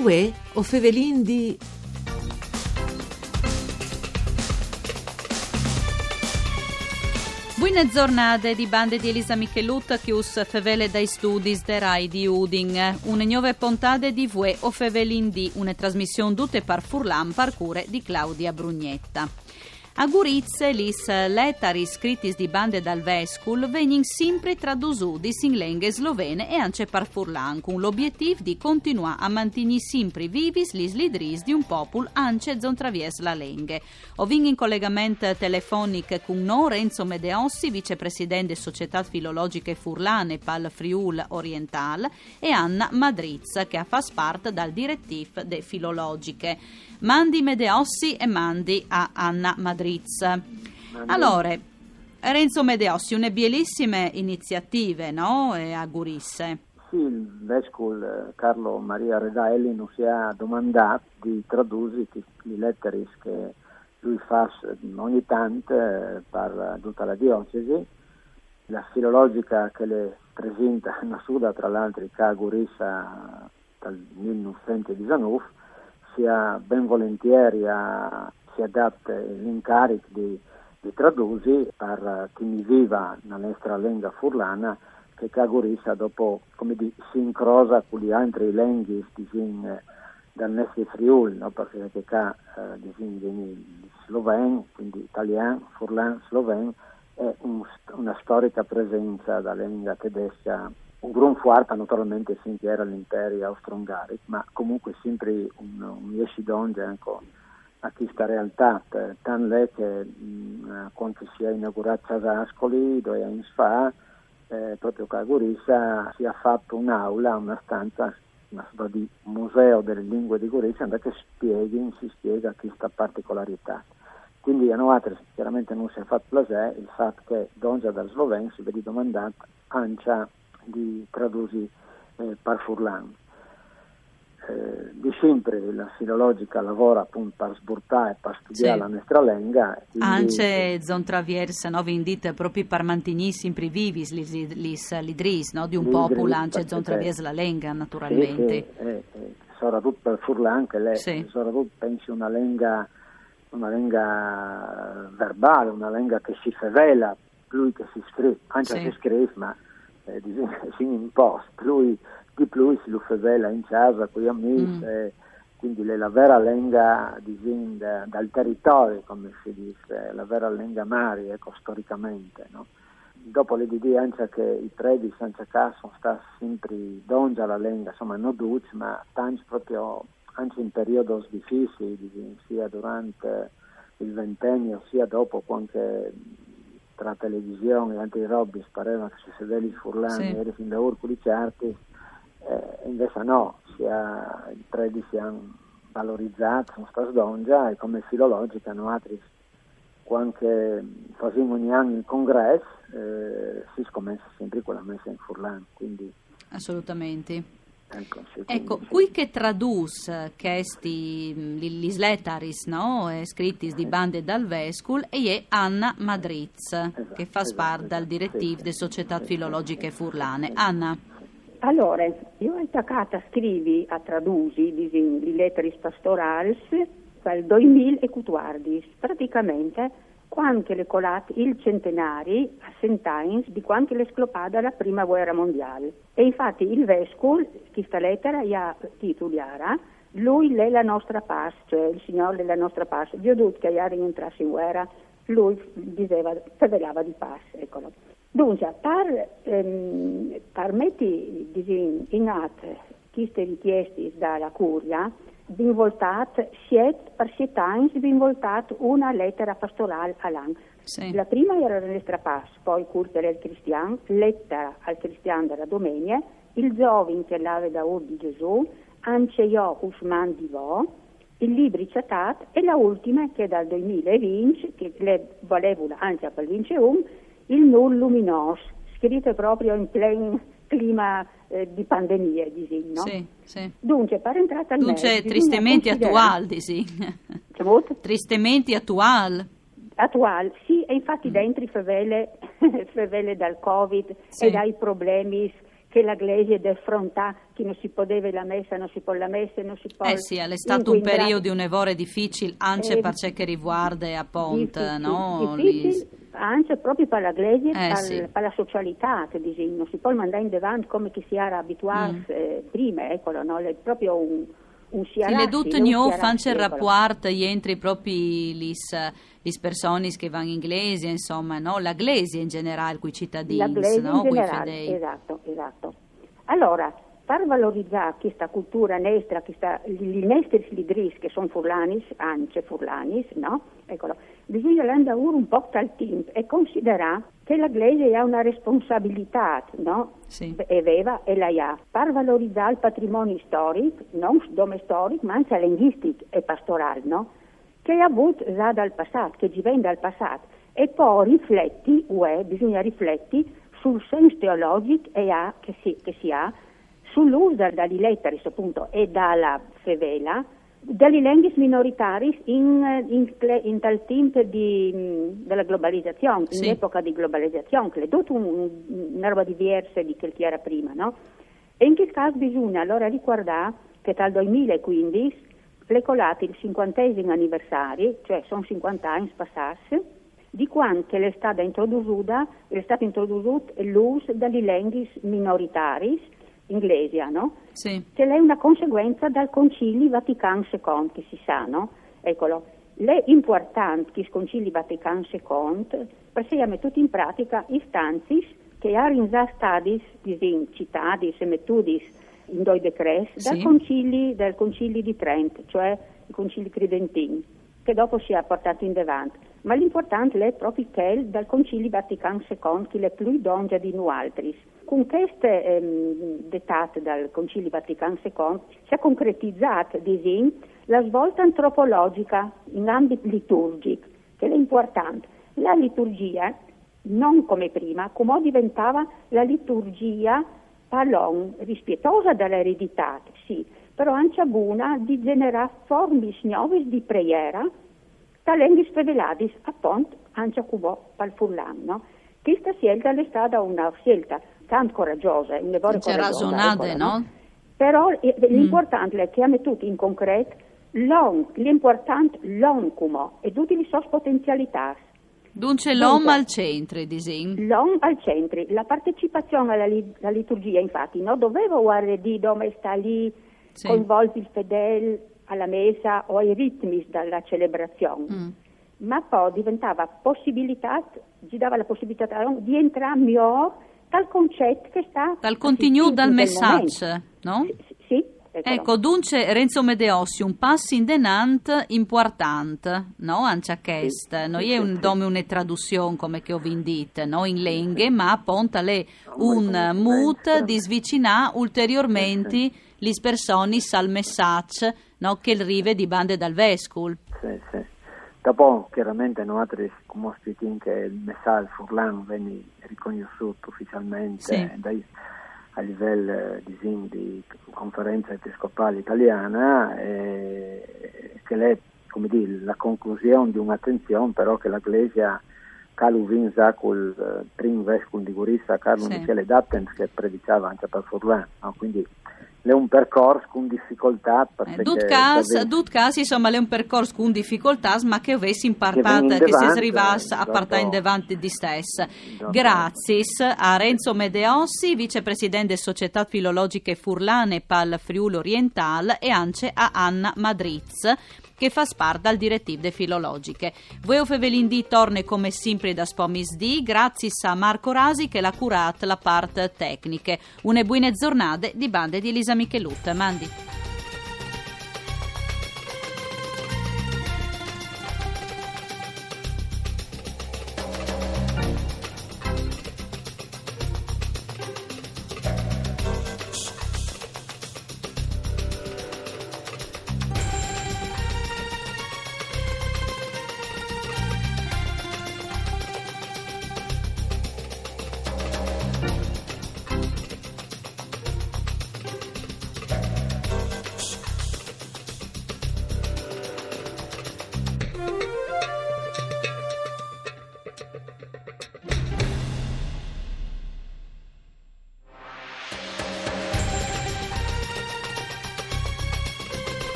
Uè, o fevelin di... Buone giornate di bande di Elisa Michelut che us fevele dai studi de Rai di Udin. Une nuove puntate di Vue o fevelin di, une trasmissione tutte par Furlan parcure di Claudia Brugnetta. A Gurizze, lis lettari scritti di bande dal Vescul vengono sempre tradosuti in lingue slovene e anche par Furlan, con l'obiettivo di continuare a mantenere sempre vivi lis lidris di un popolo anche zontravés la lingue. Ovin in collegamento telefonico con noi Renzo Medeossi, vicepresidente Società Filologiche Furlane Pal Friul Oriental, e Anna Madriz, che fa parte dal direttivo de Filologiche. Mandi Medeossi e mandi a Anna Madriz. Allora, Renzo Medeossi, une bellissime iniziative, no? A Gurisse. Sì, il Vescul Carlo Maria Redaelli non si è domandato di tradurre le lettere che lui fa ogni tanto per tutta la diocesi. La filologica che le presenta una suda, tra l'altro, che a Gurissa dal 1919, sia ben volentieri si adatta l'incarico di tradurre per chi mi viva nella nostra lingua furlana, che Cagurissa dopo, come si incrosa con gli altri lingue dal nostro Friuli, no? Perché vieni sloveno, quindi italiano, furlan, sloveno, è una storica presenza della lingua tedesca, un gran forte naturalmente finché era l'imperio austro-ungarico, ma comunque sempre un escidonge anche a questa realtà, tanto che quando si è inaugurato Casascoli 2 anni fa, proprio a Gurissa si è fatto un'aula, una stanza, una sorta di museo delle lingue di Gurissa, dove si spiega questa particolarità. Quindi a noi chiaramente non si è fatto piacere il fatto che dongia dal sloveno si vede domandato ancia di tradurre per Furlan. Di sempre la filologica lavora appunto per sburtare e per studiare la nostra lingua. Anche zontraviers, no, vi indite proprio per mantenere sempre vivi l'idris, no, di un popolo, anche zontraviers la lingua naturalmente. Sì, soprattutto per Furlan, che lei soprattutto pensi una lingua verbale, una lingua che si rivela più che si scrive, anche si scrive, ma si imposta, di più si lo rivela in casa con gli amici, quindi la vera lingua dal territorio, come si dice, la vera lingua mari, ecco, storicamente, no? Dopo le idee anche che i predi senza caso sono stati sempre dongia la lingua, insomma non duci, ma tanti proprio anche in periodi difficili, sia durante il ventennio sia dopo, quando tra televisione e altri robbi pareva che si sedeva i furlani eri fin da urcoli certi, invece no, i predi si hanno valorizzato, sono stati dongia, e come filologica noi altri, quando facciamo ogni anno il congresso, si scommessa sempre con la messa in furlan, quindi assolutamente. Ecco, qui che tradus questi gli lettaris, no, scritti di bande dal Vescul, e è Anna Madriz, che fa parte dal direttivo delle società filologiche furlane. Anna. Allora, io ho attaccato a scrivi a tradusi di letteris pastorals dal 2014, praticamente quando le colate il centenari a Sent'Ains di quando le sclopada la prima guerra mondiale. E infatti il Vescul, questa lettera, ha titolata lui è la nostra pace, cioè il Signore della nostra pace. Dio tutto che rientrasse in guerra, lui parlava di pace, eccolo. Dunque, per metti in atto queste richieste dalla curia, ben voltato, per 7 anni, ben voltato una lettera pastorale all'anno. Sì. La prima era la nostra pace, poi curte del cristiano, lettera al cristiano della domenica, il giovane che l'ave da ur di Gesù, anche io Usman di Vo, il libro citat e la ultima che è dal 2020, che le volevo anche per il 21, il Null Luminoso, scritto proprio in pieno clima di pandemia, no? Sì. Dunque, per entrare al mezzo, tristemente attuali, sì. Tristemente attuali. Attuale, sì, e infatti dentro i favele dal Covid e dai problemi che la Glesia del frontà, che non si poteva la messa, non si può la messa, non si può... sì, è stato un periodo, un evore difficile, anche per ciò che riguarda a Pont, no? Difficile, anche proprio per la Glesia, per la socialità, che dice, non si può mandare in davanti come che si era abituato prima, eccolo, no? È proprio un le tutte new fanno il rapporto entri proprio le persone che vanno in inglese, insomma, no? La Glesia in generale, quei cittadini, la Glesia no? in generale, esatto. Allora, per valorizzare questa cultura nostra, gli nostri lidris che sono furlanis, anche furlanis, no? Eccolo, bisogna andare un po' dal tempo e considerare che la Glesia ha una responsabilità, no? Sì. E la ha, per valorizzare il patrimonio storico, non solo storico, ma anche linguistico e pastorale, no? Che ha avuto già dal passato, che ci viene dal passato, e poi bisogna riflettere sul senso teologico che si ha, sull'uso dagli letteri appunto e dalla fevela delle lingue minoritarie in tal tempo della globalizzazione, in epoca di globalizzazione, che è tutta una roba diversa di quel che era prima, no? E in quel caso bisogna allora ricordare che dal 2015 è colato il 50° anniversario, cioè sono 50 anni passati, di quando è stato introdotto l'uso delle lingue minoritarie inglesi, no? Sì. Che è una conseguenza dal Concilio Vaticano II, che si sa, no? Eccolo. È importante che il Concilio Vaticano II perché tutto in pratica istanze che erano già stati citati e mettuti in due decreti dal Concilio di Trento, cioè il Concilio Tridentino, che dopo si è portato in avanti. Ma l'importante è proprio che dal Concilio Vaticano II, che è più dongia di noi altri. Con queste dettate dal Concilio Vaticano II si è concretizzata la svolta antropologica in ambito liturgico, che è importante. La liturgia, non come prima, come diventava la liturgia rispettosa dell'eredità, sì, però anche buona di generare forme nuove di preghiera, talenti svevelati, appunto, anche per furlan, no? Questa scelta è stata una scelta tanto coraggiosa, c'è ragionate, no? Però l'importante è che ha messo in concreto l'importante l'oncumo e tutte le sue potenzialità. Dunque l'om al centro, disegno. L'om al centro, la partecipazione alla liturgia, infatti, non doveva guardare di dove sta lì coinvolti il fedele alla messa o ai ritmi della celebrazione, ma poi diventava ci dava la possibilità di entrare meglio dal concetto che sta dal contenuto dal messaggio, no? Sì. Ecco, dunque Renzo Medeossi, un passo in denant importante, no? Anche questa, non è una traduzione come che ho vendito, no? In lingue, ma appunto è un mood di svicinare ulteriormente le persone al messaggio, no? Che arriva di bande dal vescovo. Sì. Dopo, chiaramente, noi come spieghiamo che il messaggio furlano viene riconosciuto ufficialmente a livello di conferenza episcopale italiana, che è, come dire, la conclusione di un'attenzione, però che la Glesia Carlo Vinza col primo vescovo di Gurissa, Carlo Michele Dattens, che predicava anche per Furlan, no? Quindi è un percorso con difficoltà. Dut caso, insomma, è un percorso con difficoltà, ma che avessi impartato, che si arrivasse a partire in davanti di stessa. Grazie a Renzo Medeossi, vicepresidente delle Società Filologiche Furlane Pal Friuli Oriental, e anche a Anna Madriz, che fa parte dal direttivo de filologiche. Voi Fevelindì torna come sempre da Spomisdì, grazie a Marco Rasi che l'ha curata la parte tecniche. Une buone giornate di bande di Elisa Michelut. Mandi.